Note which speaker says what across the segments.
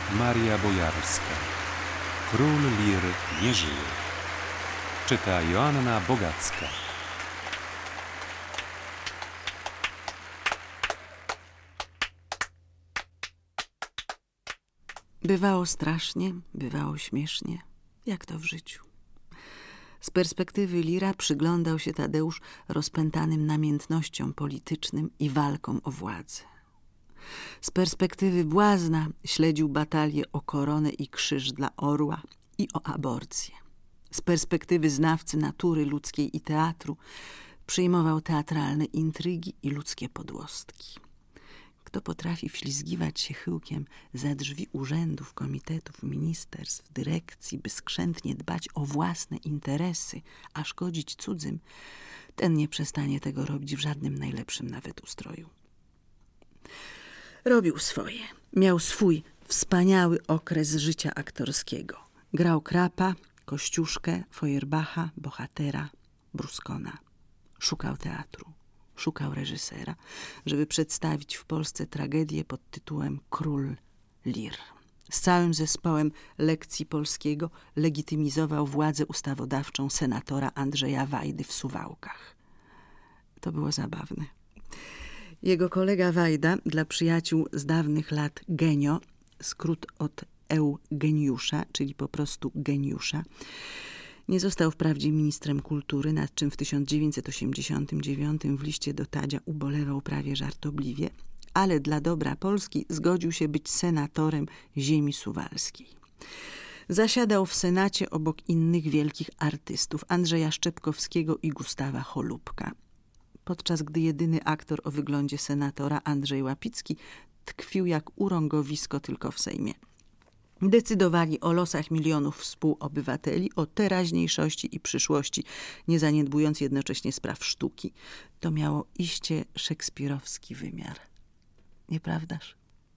Speaker 1: Maria Bojarska. Król Lir nie żyje. Czyta Joanna Bogacka.
Speaker 2: Bywało strasznie, bywało śmiesznie, jak to w życiu. Z perspektywy Lira przyglądał się Tadeusz rozpętanym namiętnością politycznym i walką o władzę. Z perspektywy błazna śledził batalię o koronę i krzyż dla orła i o aborcję. Z perspektywy znawcy natury ludzkiej i teatru przyjmował teatralne intrygi i ludzkie podłostki. Kto potrafi wślizgiwać się chyłkiem za drzwi urzędów, komitetów, ministerstw, dyrekcji, by skrzętnie dbać o własne interesy, a szkodzić cudzym, ten nie przestanie tego robić w żadnym najlepszym nawet ustroju. Robił swoje. Miał swój wspaniały okres życia aktorskiego. Grał Krapa, Kościuszkę, Feuerbacha, Bohatera, Bruskona. Szukał teatru. Szukał reżysera, żeby przedstawić w Polsce tragedię pod tytułem Król Lir. Z całym zespołem lekcji polskiego legitymizował władzę ustawodawczą senatora Andrzeja Wajdy w Suwałkach. To było zabawne. Jego kolega Wajda, dla przyjaciół z dawnych lat Genio, skrót od Eugeniusza, czyli po prostu geniusza, nie został wprawdzie ministrem kultury, nad czym w 1989 w liście do Tadzia ubolewał prawie żartobliwie, ale dla dobra Polski zgodził się być senatorem ziemi suwalskiej. Zasiadał w Senacie obok innych wielkich artystów, Andrzeja Szczepkowskiego i Gustawa Cholubka. Podczas gdy jedyny aktor o wyglądzie senatora, Andrzej Łapicki, tkwił jak urągowisko tylko w Sejmie. Decydowali o losach milionów współobywateli, o teraźniejszości i przyszłości, nie zaniedbując jednocześnie spraw sztuki. To miało iście szekspirowski wymiar. Nieprawdaż?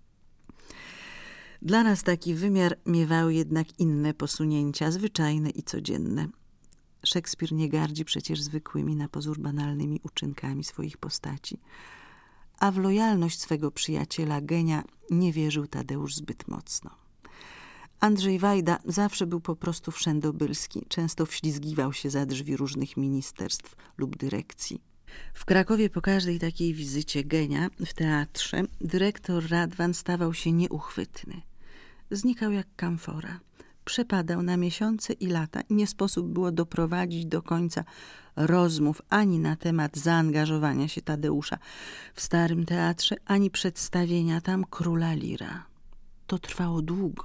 Speaker 2: Dla nas taki wymiar miewały jednak inne posunięcia, zwyczajne i codzienne. Szekspir nie gardzi przecież zwykłymi, na pozór banalnymi uczynkami swoich postaci, a w lojalność swego przyjaciela Genia nie wierzył Tadeusz zbyt mocno. Andrzej Wajda zawsze był po prostu wszędobylski, często wślizgiwał się za drzwi różnych ministerstw lub dyrekcji. W Krakowie po każdej takiej wizycie Genia w teatrze dyrektor Radwan stawał się nieuchwytny. Znikał jak kamfora. Przepadał na miesiące i lata i nie sposób było doprowadzić do końca rozmów ani na temat zaangażowania się Tadeusza w Starym Teatrze, ani przedstawienia tam Króla Lira. To trwało długo.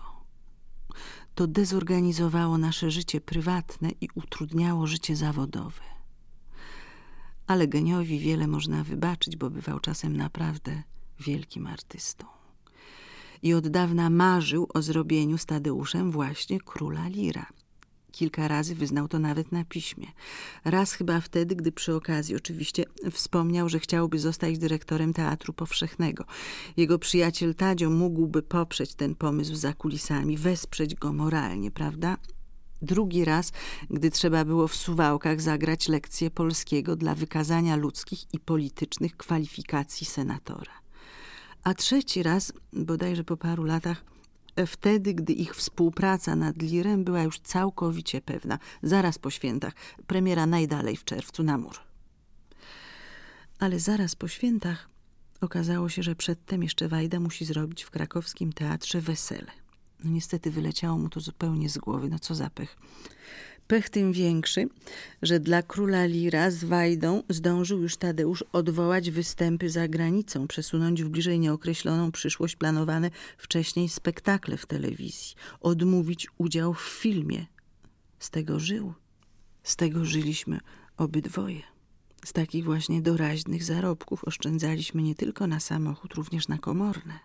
Speaker 2: To dezorganizowało nasze życie prywatne i utrudniało życie zawodowe. Ale Geniowi wiele można wybaczyć, bo bywał czasem naprawdę wielkim artystą. I od dawna marzył o zrobieniu z Tadeuszem właśnie Króla Lira. Kilka razy wyznał to nawet na piśmie. Raz chyba wtedy, gdy przy okazji oczywiście wspomniał, że chciałby zostać dyrektorem Teatru Powszechnego. Jego przyjaciel Tadzio mógłby poprzeć ten pomysł za kulisami, wesprzeć go moralnie, prawda? Drugi raz, gdy trzeba było w Suwałkach zagrać lekcję polskiego dla wykazania ludzkich i politycznych kwalifikacji senatora. A trzeci raz, bodajże po paru latach, wtedy, gdy ich współpraca nad Lirem była już całkowicie pewna, zaraz po świętach, premiera najdalej w czerwcu na mur. Ale zaraz po świętach okazało się, że przedtem jeszcze Wajda musi zrobić w krakowskim teatrze wesele. No niestety wyleciało mu to zupełnie z głowy, no co za pech. Pech tym większy, że dla Króla Lira z Wajdą zdążył już Tadeusz odwołać występy za granicą, przesunąć w bliżej nieokreśloną przyszłość planowane wcześniej spektakle w telewizji, odmówić udział w filmie. Z tego żył. Z tego żyliśmy obydwoje. Z takich właśnie doraźnych zarobków oszczędzaliśmy nie tylko na samochód, również na komorne.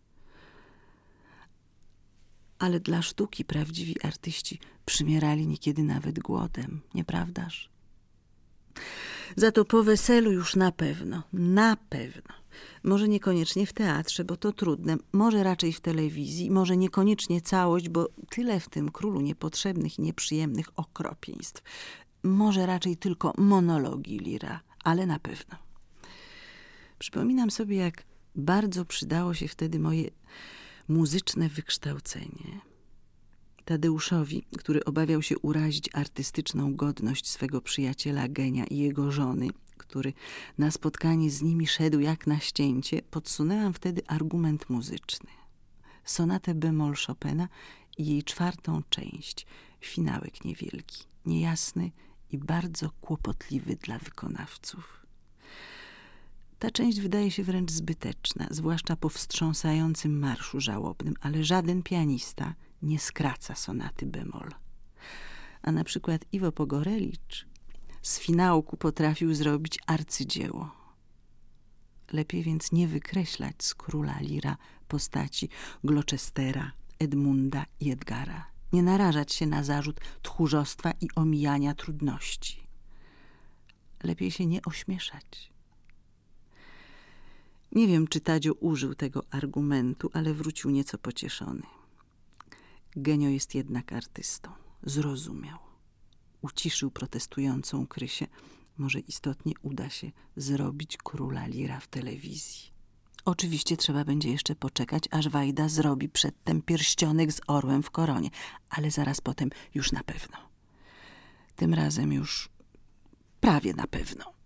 Speaker 2: Ale dla sztuki prawdziwi artyści przymierali niekiedy nawet głodem, nieprawdaż? Za to po weselu już na pewno, może niekoniecznie w teatrze, bo to trudne, może raczej w telewizji, może niekoniecznie całość, bo tyle w tym Królu niepotrzebnych i nieprzyjemnych okropieństw. Może raczej tylko monologi Lira, ale na pewno. Przypominam sobie, jak bardzo przydało się wtedy Muzyczne wykształcenie. Tadeuszowi, który obawiał się urazić artystyczną godność swego przyjaciela Genia i jego żony, który na spotkanie z nimi szedł jak na ścięcie, podsunęłam wtedy argument muzyczny. Sonatę bemol Chopina i jej 4. część, finałek niewielki, niejasny i bardzo kłopotliwy dla wykonawców. Ta część wydaje się wręcz zbyteczna, zwłaszcza po wstrząsającym marszu żałobnym, ale żaden pianista nie skraca sonaty bemol. A na przykład Iwo Pogorelicz z finałku potrafił zrobić arcydzieło. Lepiej więc nie wykreślać z Króla Lira postaci Gloucestera, Edmunda i Edgara. Nie narażać się na zarzut tchórzostwa i omijania trudności. Lepiej się nie ośmieszać. Nie wiem, czy Tadzio użył tego argumentu, ale wrócił nieco pocieszony. Genio jest jednak artystą. Zrozumiał. Uciszył protestującą Krysię. Może istotnie uda się zrobić Króla Lira w telewizji. Oczywiście trzeba będzie jeszcze poczekać, aż Wajda zrobi przedtem pierścionek z orłem w koronie, ale zaraz potem już na pewno. Tym razem już prawie na pewno.